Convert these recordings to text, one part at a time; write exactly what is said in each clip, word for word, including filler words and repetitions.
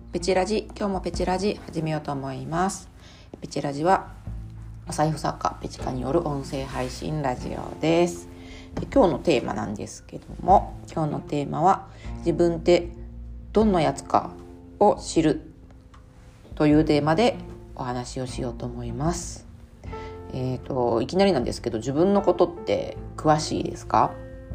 ペチラジ、今日もペチラジ始めようと思います。ペチラジはお財布作家ペチカによる音声配信ラジオです。で今日のテーマなんですけども、今日のテーマは自分ってどんなやつかを知るというテーマでお話をしようと思います。えーと、いきなりなんですけど、自分のことって詳しいですか？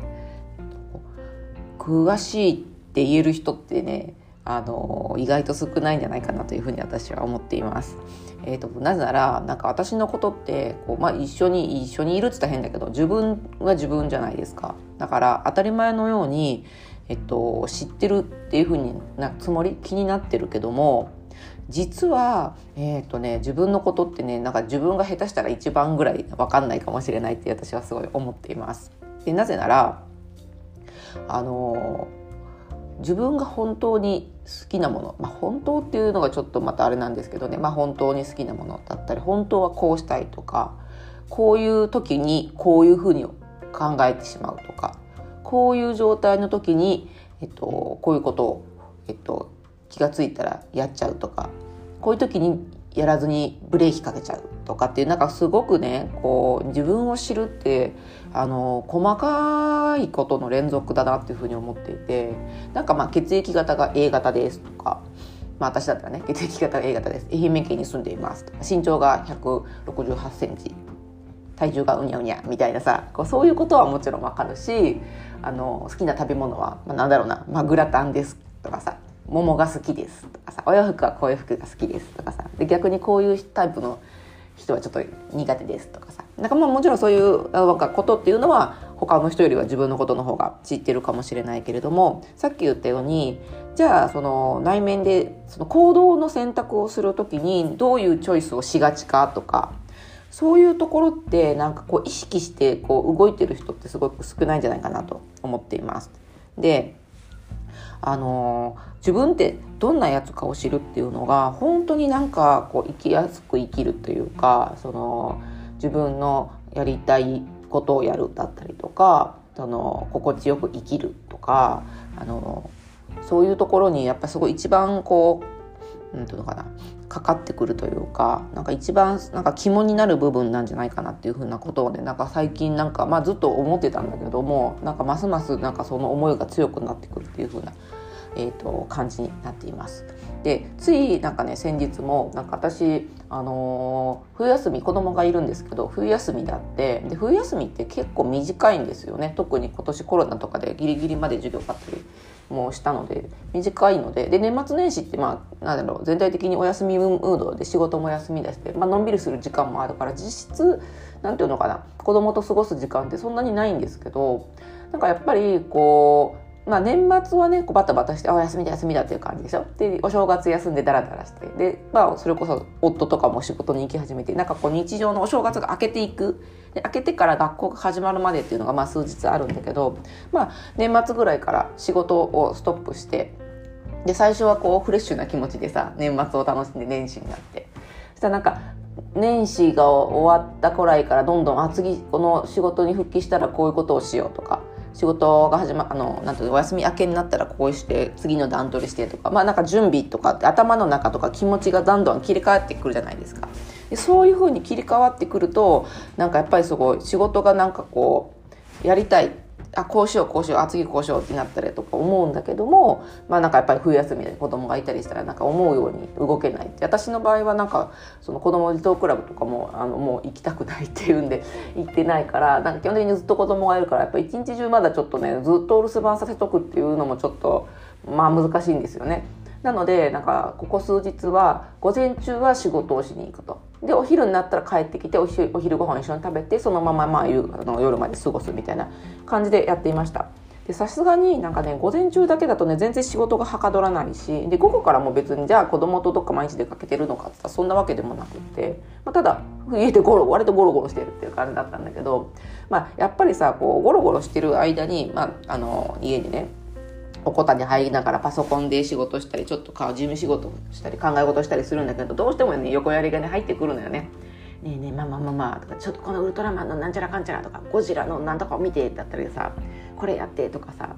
詳しいって言える人ってね、あの意外と少ないんじゃないかなというふうに私は思っています。えーと、なぜならなんか私のことってこう、まあ、一緒に一緒にいるって言ったら変だけど、自分は自分じゃないですか。だから当たり前のように、えっと、知ってるっていうふうになつもり気になってるけども、実は、えーとね、自分のことってね、なんか自分が下手したら一番ぐらい分かんないかもしれないって私はすごい思っています。でなぜならあの自分が本当に好きなもの、まあ、本当っていうのがちょっとまたあれなんですけどね、まあ、本当に好きなものだったり、本当はこうしたいとか、こういう時にこういうふうに考えてしまうとか、こういう状態の時に、えっと、こういうことを、えっと、気がついたらやっちゃうとか、こういう時にやらずにブレーキかけちゃうとかっていう、なんかすごくね、こう自分を知るってあの細かいことの連続だなっていうふうに思っていて、なんかまあ血液型が エー 型ですとか、まあ、私だったらね血液型が エー 型です、愛媛県に住んでいますとか、身長がひゃくろくじゅうはちセンチ、体重がうにゃうにゃみたいなさ、こうそういうことはもちろんわかるし、あの好きな食べ物は、まあ、なんだろうな、まあ、グラタンですとかさ、桃が好きですとかさ、お洋服はこういう服が好きですとかさ、で逆にこういうタイプの人はちょっと苦手ですとかさ、なんかまあもちろんそういうなんかことっていうのは他の人よりは自分のことの方が知ってるかもしれないけれども、さっき言ったように、じゃあその内面でその行動の選択をするときにどういうチョイスをしがちかとか、そういうところってなんかこう意識してこう動いてる人ってすごく少ないんじゃないかなと思っています。であの自分ってどんなやつかを知るっていうのが本当になんかこう生きやすく生きるというか、その自分のやりたいことをやるだったりとか、その心地よく生きるとか、あのそういうところにやっぱすごい一番こうなんていうのかな、かかってくるというか、なんか一番なんか肝になる部分なんじゃないかなっていうふうなことをね、なんか最近なんかまあずっと思ってたんだけども、なんかますますなんかその思いが強くなってくるっていうふうな、えーと、感じになっています。でついなんかね先日もなんか私、あのー、冬休み子供がいるんですけど、冬休みだってで冬休みって結構短いんですよね。特に今年コロナとかでギリギリまで授業があったりもしたので短いので、で年末年始ってまあなんだろう、全体的にお休みムードで仕事も休みだして、まあのんびりする時間もあるから、実質なんていうのかな、子供と過ごす時間ってそんなにないんですけど、なんかやっぱりこうまあ、年末はねこうバタバタして、あ休みだ休みだっていう感じでしょ。でお正月休んでダラダラして、で、まあ、それこそ夫とかも仕事に行き始めて、なんかこう日常のお正月が明けていく、で明けてから学校が始まるまでっていうのがまあ数日あるんだけど、まあ、年末ぐらいから仕事をストップして、で最初はこうフレッシュな気持ちでさ年末を楽しんで年始になって、そしたらなんか年始が終わったくらいからどんどんあ次この仕事に復帰したらこういうことをしようとか、仕事が始まあのなんていうのお休み明けになったらこうして次の段取りしてとか、まあなんか準備とかって頭の中とか気持ちがどんどん切り替わってくるじゃないですか。でそういう風に切り替わってくると、なんかやっぱりすごい仕事がなんかこうやりたい、あこうしようこうしよう、あ次こうしようってなったりとか思うんだけども、まあなんかやっぱり冬休みで子供がいたりしたらなんか思うように動けないって、私の場合はなんかその子供児童クラブとかもあのもう行きたくないっていうんで行ってないから、なんか基本的にずっと子供がいるから、やっぱ一日中まだちょっとねずっとお留守番させとくっていうのもちょっとまあ難しいんですよね。なのでなんかここ数日は午前中は仕事をしに行くと、でお昼になったら帰ってきてお昼、お昼ご飯一緒に食べて、そのまままあ夕あの夜まで過ごすみたいな感じでやっていました。でさすがになんかね午前中だけだとね全然仕事がはかどらないし、で午後からも別にじゃあ子供とどっか毎日出かけてるのかって言ったらそんなわけでもなくって、まあ、ただ家でゴロ割とゴロゴロしてるっていう感じだったんだけど、まあ、やっぱりさこうゴロゴロしてる間に、まあ、あの家にねおこたに入りながらパソコンで仕事したり、ちょっと事務仕事したり考え事したりするんだけど、どうしてもね横やりがね入ってくるのよね。ねえねえママママとか、ちょっとこのウルトラマンのなんちゃらかんちゃらとか、ゴジラのなんとかを見てだったりさ、これやってとかさ、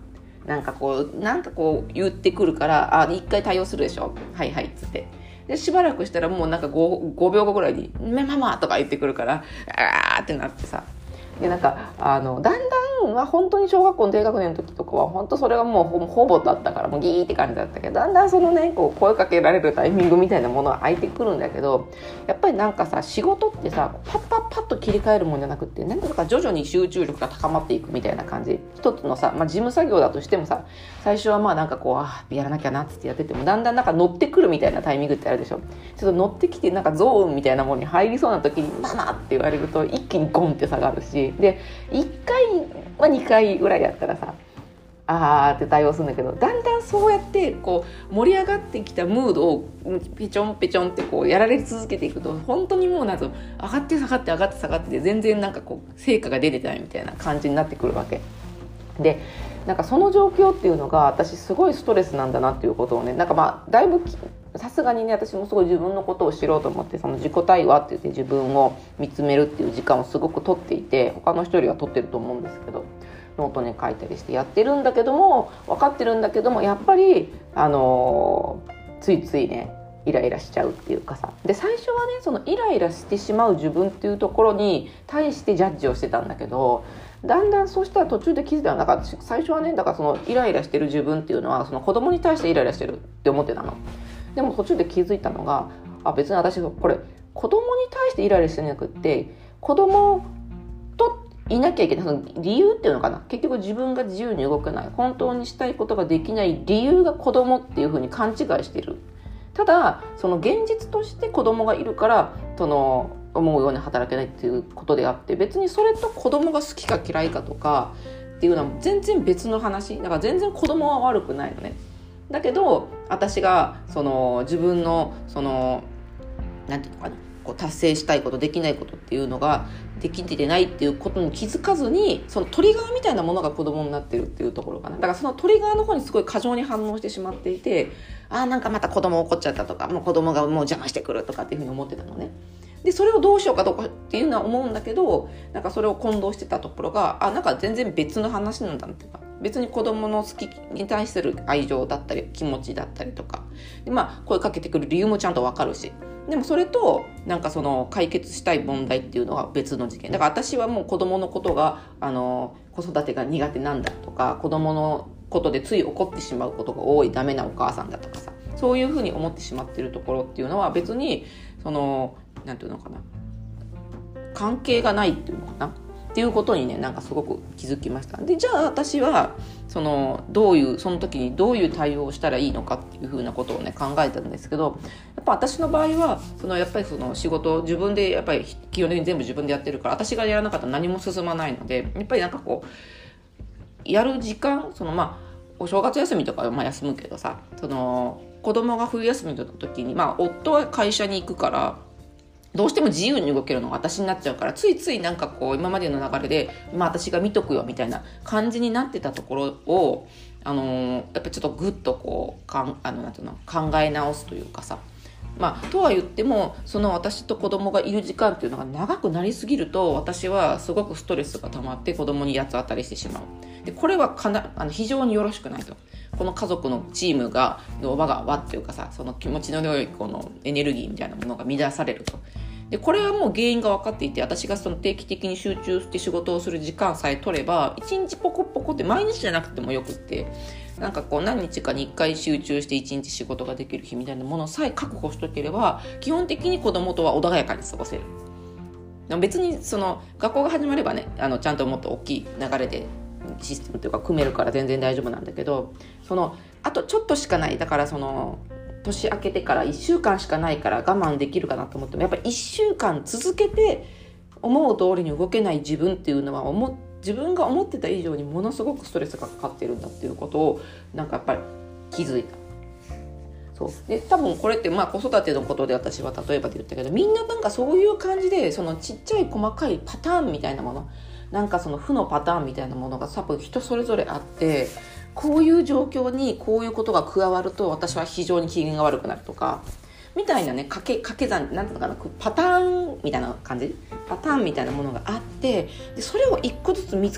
なんかこうなんかこう言ってくるから、あ、一回対応するでしょ、はいはいっつって、でしばらくしたらもうなんか 5, ごびょうごぐらいに「めママ」とか言ってくるから、あーってなってさ、でなんかあのだんだんは本当に小学校の低学年の時とかは本当それがもう ほ, ほぼだったからもうギーって感じだったけど、だんだんそのねこう声かけられるタイミングみたいなものは空いてくるんだけど、やっぱりなんかさ仕事ってさパッパッパッと切り替えるもんじゃなくってなんとか徐々に集中力が高まっていくみたいな感じ、一つのさ、まあ、事務作業だとしてもさ最初はまあなんかこうあやらなきゃなってやっててもだんだんなんか乗ってくるみたいなタイミングってあるでしょ。ちょっと乗ってきてなんかゾーンみたいなものに入りそうな時にママって言われると一気にゴンって下がるし、でいっかい、まあ、にかいぐらいやったらさあーって対応するんだけど、だんだんそうやってこう盛り上がってきたムードをペチョンペチョンってこうやられ続けていくと本当にもうなんと上がって下がって上がって下がって全然なんかこう成果が出てないみたいな感じになってくるわけで、なんかその状況っていうのが私すごいストレスなんだなっていうことをね、なんかまあだいぶさすがにね私もすごい自分のことを知ろうと思ってその自己対話って言って自分を見つめるっていう時間をすごく取っていて、他の人よりは取ってると思うんですけど、ノートに書いたりしてやってるんだけども分かってるんだけどもやっぱりあのー、ついついねイライラしちゃうっていうかさ、で最初はねそのイライラしてしまう自分っていうところに対してジャッジをしてたんだけど、だんだんそうしたら途中で気づいたらなんか最初はねだからそのイライラしてる自分っていうのはその子供に対してイライラしてるって思ってたの。でも途中で気づいたのが、あ別に私これ子供に対してイライラしてなくって子供といなきゃいけないその理由っていうのかな、結局自分が自由に動けない本当にしたいことができない理由が子供っていう風に勘違いしている。ただその現実として子供がいるからその思うように働けないっていうことであって、別にそれと子供が好きか嫌いかとかっていうのは全然別の話だから、全然子供は悪くないのね。だけど私がその自分のそのなんていうのかなこう達成したいことできないことっていうのができてないっていうことに気づかずにそのトリガーみたいなものが子供になってるっていうところかな。だからそのトリガーの方にすごい過剰に反応してしまっていて、あーなんかまた子供怒っちゃったとかもう子供がもう邪魔してくるとかっていうふうに思ってたのね。でそれをどうしようかどうかっていうのは思うんだけど、なんかそれを混同してたところがあなんか全然別の話なんだっていうか、別に子供の好きに対する愛情だったり気持ちだったりとかで、まあ声かけてくる理由もちゃんと分かるし、でもそれとなんかその解決したい問題っていうのは別の事件だから、私はもう子供のことがあの子育てが苦手なんだとか子供のことでつい怒ってしまうことが多いダメなお母さんだとかさ、そういうふうに思ってしまっているところっていうのは別にそのなんていうのかな関係がないっていうのかなっていうことにねなんかすごく気づきました。でじゃあ私はそのどういうその時にどういう対応をしたらいいのかっていうふうなことをね考えたんですけど、やっぱ私の場合はそのやっぱりその仕事を自分でやっぱり基本的に全部自分でやってるから私がやらなかったら何も進まないので、やっぱりなんかこうやる時間そのまあお正月休みとかはまあ休むけどさ、その子供が冬休みの時にまあ夫は会社に行くからどうしても自由に動けるのが私になっちゃうから、ついついなんかこう今までの流れで、まあ、私が見とくよみたいな感じになってたところを、あのー、やっぱちょっとグッとこうかんあのなんていうの考え直すというかさ、まあとは言ってもその私と子供がいる時間っていうのが長くなりすぎると私はすごくストレスが溜まって子供に八つ当たりしてしまう。でこれはかなあの非常によろしくないと。この家族のチームがの輪が輪っていうかさ、その気持ちの良いこのエネルギーみたいなものが乱されると。でこれはもう原因が分かっていて、私がその定期的に集中して仕事をする時間さえ取ればいちにちポコポコって毎日じゃなくてもよくって、なんかこう何日かにいっかい集中していちにち仕事ができる日みたいなものさえ確保しとければ基本的に子供とは穏やかに過ごせる。別にその学校が始まればねあのちゃんともっと大きい流れでシステムというか組めるから全然大丈夫なんだけど、そのあとちょっとしかない、だからその年明けてからいっしゅうかんしかないから我慢できるかなと思ってもやっぱりいっしゅうかん続けて思う通りに動けない自分っていうのは思自分が思ってた以上にものすごくストレスがかかってるんだっていうことをなんかやっぱり気づいた。そうで多分これってまあ子育てのことで私は例えばで言ったけど、みんななんかそういう感じでそのちっちゃい細かいパターンみたいなもの、なんかその負のパターンみたいなものが多分人それぞれあって、こういう状況にこういうことが加わると私は非常に機嫌が悪くなるとかみたいなね掛け掛け算なんていうのかなパターンみたいな感じパターンみたいなものがあって、でそれを一個ずつ見つか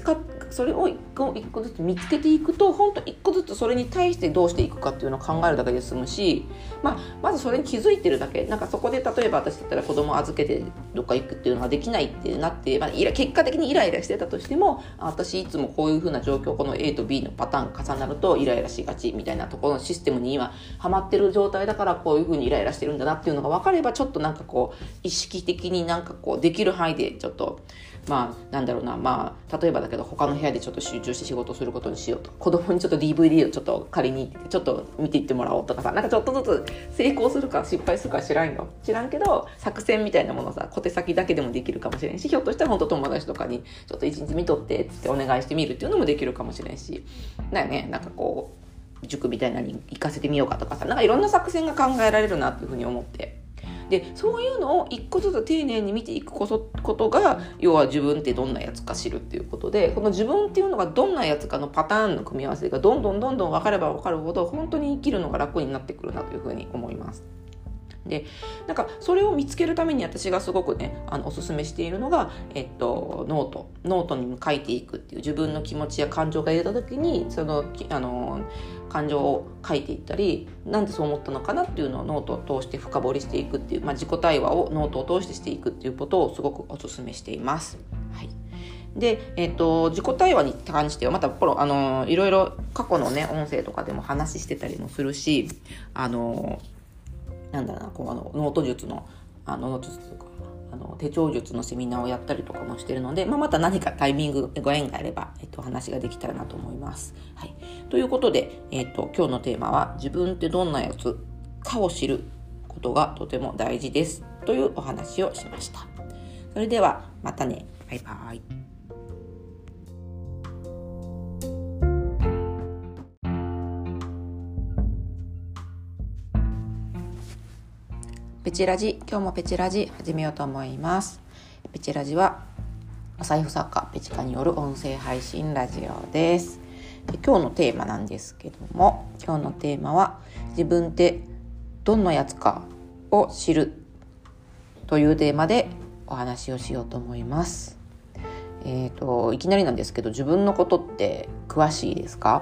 それを一個一個ずつ見つけていくと、本当一個ずつそれに対してどうしていくかっていうのを考えるだけで済むし、まあ、まずそれに気づいてるだけ、なんかそこで例えば私だったら子供を預けてどっか行くっていうのができないってなって、まあ、結果的にイライラしてたとしても、私いつもこういう風な状況、この A と B のパターンが重なるとイライラしがちみたいなところのシステムに今ハマってる状態だから、こういう風にイライラしてるんだなっていうのが分かれば、ちょっとなんかこう意識的になんかこうできる範囲でちょっとまあなんだろうな、まあ例えばだけど他の部屋でちょっと集中して仕事することにしようとか、子供にちょっと ディーブイディー をちょっと借りに行ってちょっと見ていってもらおうとかさ、なんかちょっとずつ成功するか失敗するか知らんよ知らんけど、作戦みたいなものさ、小手先だけでもできるかもしれんし、ひょっとしたら本当友達とかにちょっと一日見とってっつってお願いしてみるっていうのもできるかもしれんし、だよね、なんかこう塾みたいなのに行かせてみようかとかさ、なんかいろんな作戦が考えられるなっていうふうに思って、でそういうのを一個ずつ丁寧に見ていくことが、要は自分ってどんなやつか知るっていうことで、この自分っていうのがどんなやつかのパターンの組み合わせがどんどんどんどん分かれば分かるほど、本当に生きるのが楽になってくるなというふうに思います。でなんかそれを見つけるために私がすごくねあのおすすめしているのが、えっと、ノートノートに書いていくっていう、自分の気持ちや感情が出た時にそのあの感情を書いていったり、なんでそう思ったのかなっていうのをノートを通して深掘りしていくっていう、まあ、自己対話をノートを通してしていくっていうことをすごくおすすめしています。はい。で、えっと、自己対話に関してはまたあのいろいろ過去のね音声とかでも話してたりもするし、あのなんだなこうあのノート術のあのノート術とかあの手帳術のセミナーをやったりとかもしてるので、まあ、また何かタイミングご縁があれば、えっと、話ができたらなと思います。はい、ということで、えっと、今日のテーマは自分ってどんなやつかを知ることがとても大事ですというお話をしました。それではまたね。バイバイ。ペチラジ、今日もペチラジ始めようと思います。ペチラジはお財布作家ペチカによる音声配信ラジオです。で今日のテーマなんですけども、今日のテーマは自分ってどんなやつかを知るというテーマでお話をしようと思います。えーと、いきなりなんですけど、自分のことって詳しいですか？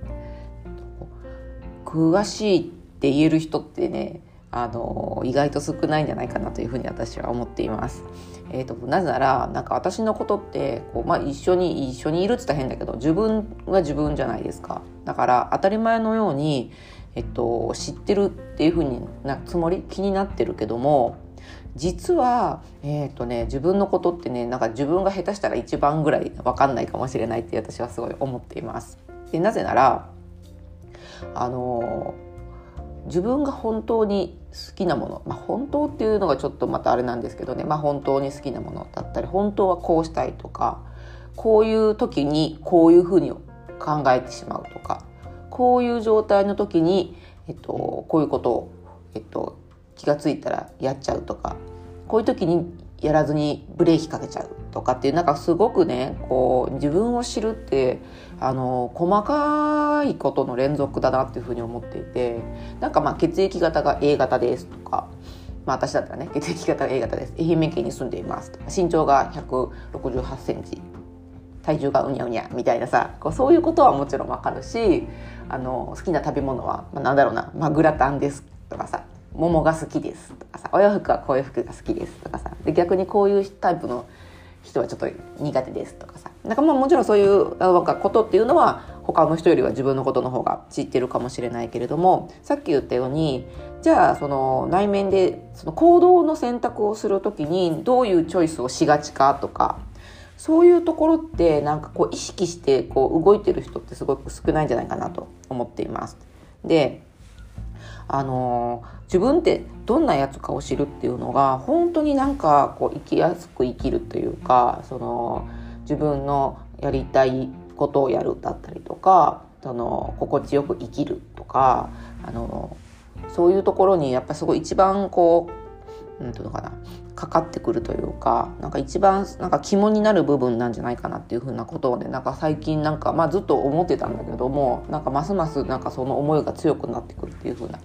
詳しいって言える人ってねあの意外と少ないんじゃないかなというふうに私は思っています。えーと、なぜならなんか私のことってこう、まあ、一緒に一緒にいるって言ったら変だけど、自分は自分じゃないですか。だから当たり前のように、えっと、知ってるっていうふうになつもり気になってるけども、実は、えーとね、自分のことってねなんか自分が下手したら一番ぐらい分かんないかもしれないって私はすごい思っています。でなぜならあの自分が本当に好きなもの、まあ、本当っていうのがちょっとまたあれなんですけどね、まあ、本当に好きなものだったり、本当はこうしたいとか、こういう時にこういうふうに考えてしまうとか、こういう状態の時に、えっと、こういうことを、えっと、気がついたらやっちゃうとか、こういう時にやらずにブレーキかけちゃうとかっていう、なんかすごくねこう自分を知るってあの細かいことの連続だなっていうふうに思っていて、なんかまあ血液型が エー 型ですとか、まあ、私だったらね血液型が エー 型です、愛媛県に住んでいますとか、身長がひゃくろくじゅうはちセンチ、体重がうにゃうにゃみたいなさ、こうそういうことはもちろんわかるし、あの好きな食べ物は、まあ、なんだろうな、まあ、グラタンですとかさ、桃が好きですとかさ、お洋服はこういう服が好きですとかさ、で逆にこういうタイプの人はちょっと苦手ですとかさ、なんかまあもちろんそういうなんかことっていうのは他の人よりは自分のことの方が知ってるかもしれないけれども、さっき言ったようにじゃあその内面でその行動の選択をするときにどういうチョイスをしがちかとか、そういうところってなんかこう意識してこう動いてる人ってすごく少ないんじゃないかなと思っています。であの自分ってどんなやつかを知るっていうのが本当になんかこう生きやすく生きるというか、その自分のやりたいことをやるだったりとか、その心地よく生きるとか、あのそういうところにやっぱすごい一番こうなんていうのかな、かかってくるというか、なんか一番なんか肝になる部分なんじゃないかなっていうふうなことをね、なんか最近なんか、まあ、ずっと思ってたんだけども、なんかますますなんかその思いが強くなってくるっていうふうな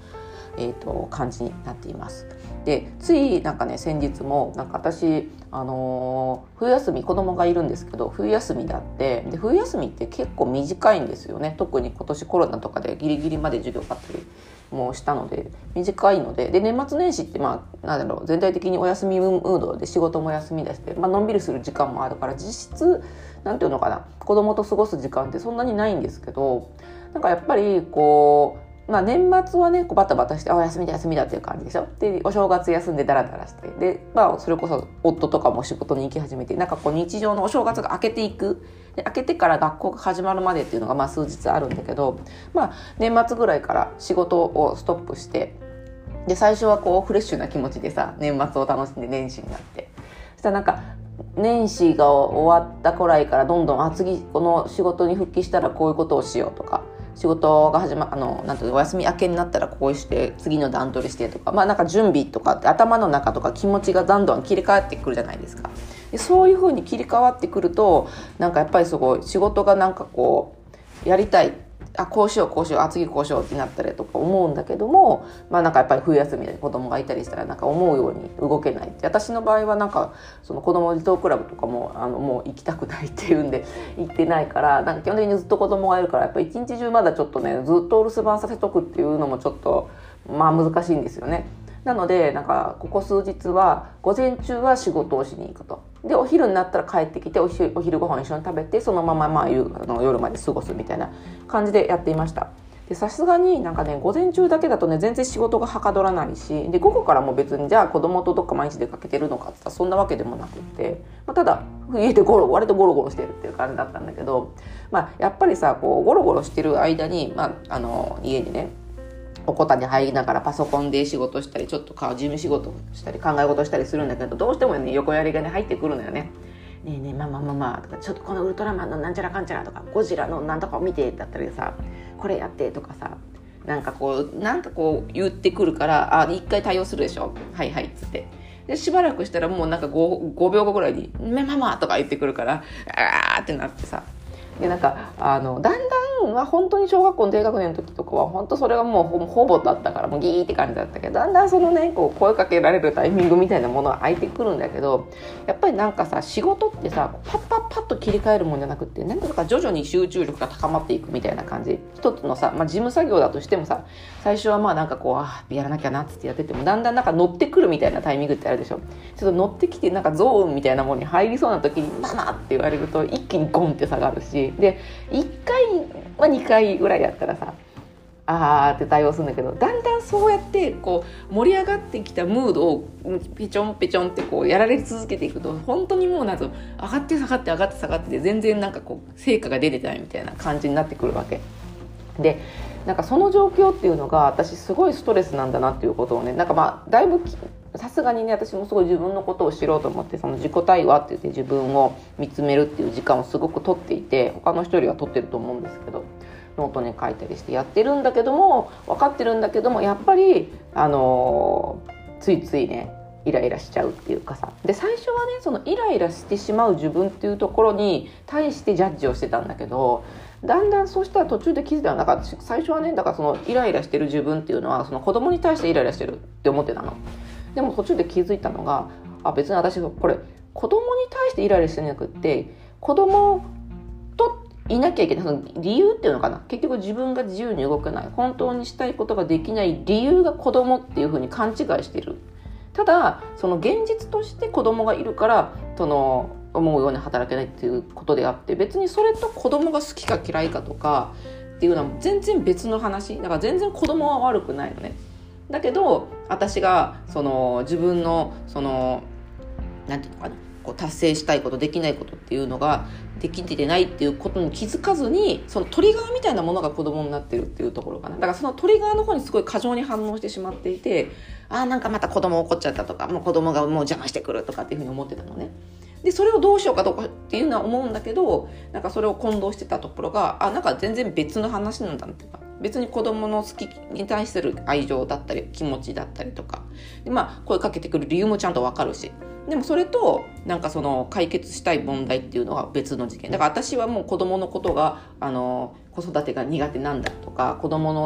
えーと、感じになっています。でついなんかね先日もなんか私、あのー、冬休み子供がいるんですけど冬休みだってで冬休みって結構短いんですよね。特に今年コロナとかでギリギリまで授業があったりもしたので短いので、で年末年始ってまあなんだろう全体的にお休みムードで仕事も休みだして、まあのんびりする時間もあるから実質なんていうのかな子供と過ごす時間ってそんなにないんですけど、なんかやっぱりこうまあ、年末はねこうバタバタしてあ休みだ休みだっていう感じでしょ。でお正月休んでダラダラしてで、まあ、それこそ夫とかも仕事に行き始めてなんかこう日常のお正月が明けていくで明けてから学校が始まるまでっていうのがまあ数日あるんだけど、まあ、年末ぐらいから仕事をストップしてで最初はこうフレッシュな気持ちでさ年末を楽しんで年始になってそしたらなんか年始が終わったくらいからどんどんあ次この仕事に復帰したらこういうことをしようとか仕事が始まあのなんていうのお休み明けになったらこうして次の段取りしてとか、まあ、なんか準備とか頭の中とか気持ちがどんどん切り替わってくるじゃないですか。でそういう風に切り替わってくるとなんかやっぱりすごい仕事がなんかこうやりたいあこうしようこうしようあ次こうしようってなったりとか思うんだけども、まあなんかやっぱり冬休みで子供がいたりしたらなんか思うように動けないって私の場合はなんかその子供離島クラブとかもあのもう行きたくないっていうんで行ってないからなんか基本的にずっと子供がいるからやっぱり一日中まだちょっとねずっとお留守番させとくっていうのもちょっとまあ難しいんですよね。なのでなんかここ数日は午前中は仕事をしに行くとでお昼になったら帰ってきてお昼、お昼ご飯一緒に食べてそのまままあ夕あの夜まで過ごすみたいな感じでやっていました。でさすがになんかね午前中だけだとね全然仕事がはかどらないしで午後からも別にじゃあ子供とどっか毎日出かけてるのかって言ったらそんなわけでもなくって、まあ、ただ家でゴロ割とゴロゴロしてるっていう感じだったんだけど、まあ、やっぱりさこうゴロゴロしてる間に、まあ、あの家にねおこたに入りながらパソコンで仕事したりちょっと事務仕事したり考え事したりするんだけどどうしてもね横やりがね入ってくるのよね。ねえねえママママとかちょっとこのウルトラマンのなんちゃらかんちゃらとかゴジラのなんとかを見てだったりさこれやってとかさなんかこうなんかこう言ってくるからあ一回対応するでしょはいはいっつってでしばらくしたらもうなんか 5, ごびょうごぐらいに「めママ」とか言ってくるからあーってなってさでなんかあのだんだんは本当に小学校の低学年の時とかは本当それがもう ほ, ほぼだったからもうギーって感じだったけどだんだんそのねこう声かけられるタイミングみたいなものは空いてくるんだけどやっぱりなんかさ仕事ってさパッパッパッと切り替えるもんじゃなくってなんとか徐々に集中力が高まっていくみたいな感じ一つのさ、まあ、事務作業だとしてもさ最初はまあなんかこうあやらなきゃなっつってやっててもだんだんなんか乗ってくるみたいなタイミングってあるでしょ。ちょっと乗ってきてなんかゾーンみたいなものに入りそうな時にママって言われると一気にゴンって下がるしでいっかい、まあ、にかいぐらいやったらさあーって対応するんだけどだんだんそうやってこう盛り上がってきたムードをペチョンペチョンってこうやられ続けていくと本当にもうなんか上がって下がって上がって下がってで全然なんかこう成果が出てないみたいな感じになってくるわけでなんかその状況っていうのが私すごいストレスなんだなっていうことをねなんかまあだいぶさすがにね私もすごい自分のことを知ろうと思ってその自己対話って言って自分を見つめるっていう時間をすごく取っていて他の人よりは取ってると思うんですけどノートに書いたりしてやってるんだけども分かってるんだけどもやっぱり、あのー、ついついねイライラしちゃうっていうかさで最初はねそのイライラしてしまう自分っていうところに対してジャッジをしてたんだけどだんだんそうしたら途中で気づいたらなんか最初はねだからそのイライラしてる自分っていうのはその子供に対してイライラしてるって思ってたの。でも途中で気づいたのがあ別に私これ子供に対してイライラしてなくって子供といなきゃいけないその理由っていうのかな結局自分が自由に動けない本当にしたいことができない理由が子供っていうふうに勘違いしてる。ただその現実として子供がいるからその思うように働けないっていうことであって別にそれと子供が好きか嫌いかとかっていうのは全然別の話だから全然子供は悪くないのね。だけど私がその自分のそのなんていうのかなこう達成したいことできないことっていうのができてないっていうことに気づかずにそのトリガーみたいなものが子供になってるっていうところかな。だからそのトリガーの方にすごい過剰に反応してしまっていてあーなんかまた子供怒っちゃったとかもう子供がもう邪魔してくるとかっていうふうに思ってたのね。でそれをどうしようかとかっていうのは思うんだけどなんかそれを混同してたところがあなんか全然別の話なんだっていうか別に子供の好きに対する愛情だったり気持ちだったりとかで、まあ、声かけてくる理由もちゃんと分かるしでもそれとなんかその解決したい問題っていうのは別の事件だから私はもう子供のことがあの子育てが苦手なんだとか子供の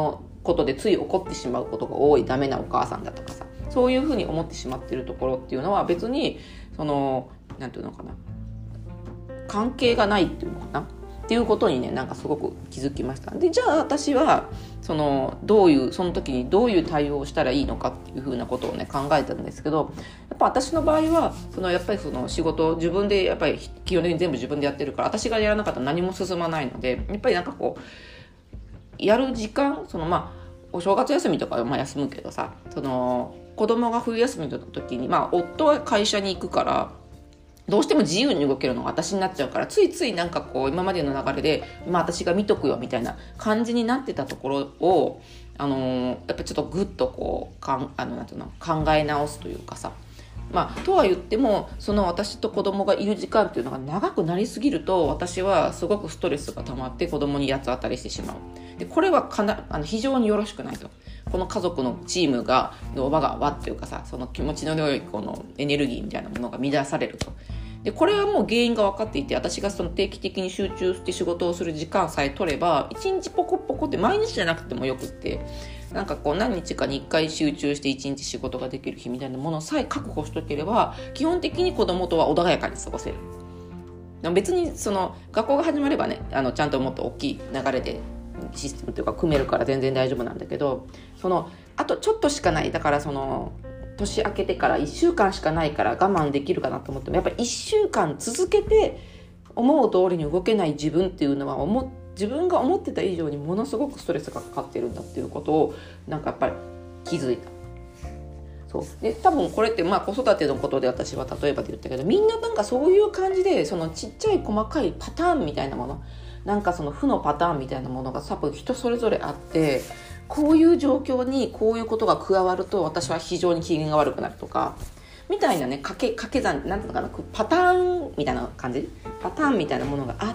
ことでつい怒ってしまうことが多いダメなお母さんだとかさ、そういうふうに思ってしまってるところっていうのは別にそのなんていうのかな、関係がないっていうのかなっていうことにね、なんかすごく気づきました。でじゃあ私はそのどういうその時にどういう対応をしたらいいのかっていうふうなことをね考えたんですけど、やっぱ私の場合はそのやっぱりその仕事を自分でやっぱり基本的に全部自分でやってるから、私がやらなかったら何も進まないので、やっぱりなんかこうやる時間、そのまあお正月休みとかはまあ休むけどさ、その子供が冬休みの時にまあ夫は会社に行くからどうしても自由に動けるのが私になっちゃうから、ついついなんかこう今までの流れで、まあ、私が見とくよみたいな感じになってたところを、あのー、やっぱちょっとグッとこうかんあのなんていうの考え直すというかさ、まあ、とは言ってもその私と子供がいる時間っていうのが長くなりすぎると、私はすごくストレスが溜まって子供に八つ当たりしてしまう。でこれはかなあの非常によろしくないと。この家族のチームがの輪が輪っていうかさ、その気持ちの良いこのエネルギーみたいなものが乱されると。でこれはもう原因が分かっていて、私がその定期的に集中して仕事をする時間さえ取れば、一日ポコポコって毎日じゃなくてもよくって、なんかこう何日かにいっかい集中して一日仕事ができる日みたいなものさえ確保しとければ、基本的に子供とは穏やかに過ごせる。別にその学校が始まればね、あのちゃんともっと大きい流れでシステムというか組めるから全然大丈夫なんだけど、そのあとちょっとしかない、だからその年明けてからいっしゅうかんしかないから我慢できるかなと思っても、やっぱりいっしゅうかん続けて思う通りに動けない自分っていうのは思自分が思ってた以上にものすごくストレスがかかってるんだっていうことをなんかやっぱり気づいた。そうで多分これってまあ子育てのことで私は例えばで言ったけど、みんななんかそういう感じで、そのちっちゃい細かいパターンみたいなもの、なんかその負のパターンみたいなものが多分人それぞれあって、こういう状況にこういうことが加わると私は非常に機嫌が悪くなるとかみたいなね、掛け掛け算なんていうのかな、パターンみたいな感じ、パターンみたいなものがあって、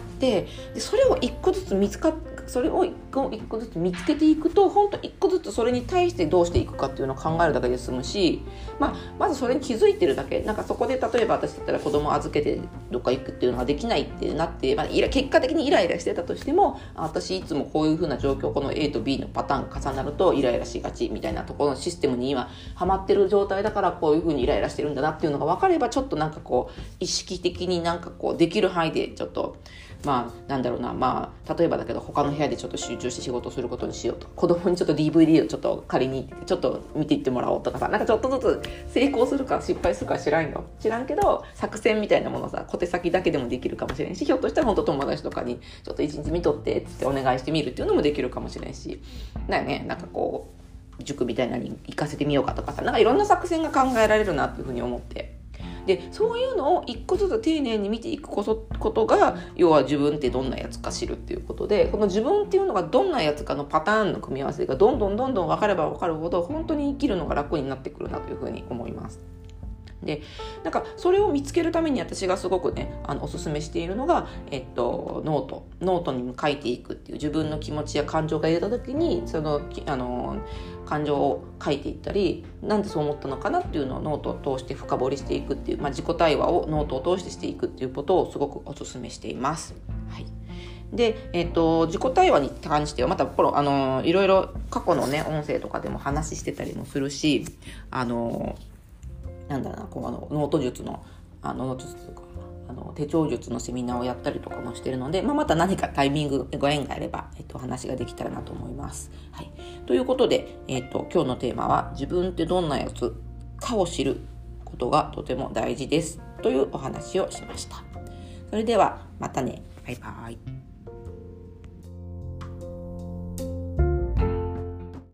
でそれを一個ずつ見つかそれを一個一個ずつ見つけていくと、本当一個ずつそれに対してどうしていくかっていうのを考えるだけで済むし、まあ、まずそれに気づいてるだけ、なんかそこで例えば私だったら子供を預けてどっか行くっていうのができないってなって、まあ、結果的にイライラしてたとしても、私いつもこういう風な状況、この A と B のパターン重なるとイライラしがちみたいなところのシステムに今ハマってる状態だから、こういう風にイライラしてるんだなっていうのが分かれば、ちょっとなんかこう意識的になんかこうできる範囲でちょっとまあなんだろうな、まあ例えばだけど他の部屋でちょっと集中して仕事をすることにしようと、子供にちょっと ディーブイディー をちょっと借りに行ってちょっと見ていってもらおうとかさ、なんかちょっとずつ成功するか失敗するか知らんよ知らんけど、作戦みたいなものさ、小手先だけでもできるかもしれんし、ひょっとしたら本当友達とかにちょっと一日見とってってお願いしてみるっていうのもできるかもしれんし、だよね、なんかこう塾みたいなのに行かせてみようかとかさ、なんかいろんな作戦が考えられるなっていうふうに思って、でそういうのを一個ずつ丁寧に見ていくことが、要は自分ってどんなやつか知るっていうことで、この自分っていうのがどんなやつかのパターンの組み合わせがどんどんどんどん分かれば分かるほど、本当に生きるのが楽になってくるなというふうに思います。でなんかそれを見つけるために私がすごくねあのおすすめしているのが、えっと、ノートノートに書いていくっていう、自分の気持ちや感情が出た時にそのあの感情を書いていったり、なんでそう思ったのかなっていうのをノートを通して深掘りしていくっていう、まあ、自己対話をノートを通してしていくっていうことをすごくおすすめしています。はい。で、えっと、自己対話に関してはまたこのあのいろいろ過去のね音声とかでも話してたりもするし、あのなんだろうな、こうあのノート術のあのノート術とかあの手帳術のセミナーをやったりとかもしてるので、まあ、また何かタイミングご縁があれば、えっと、話ができたらなと思います。はい、ということで、えっと、今日のテーマは自分ってどんなやつかを知ることがとても大事ですというお話をしました。それではまたね。バイバイ。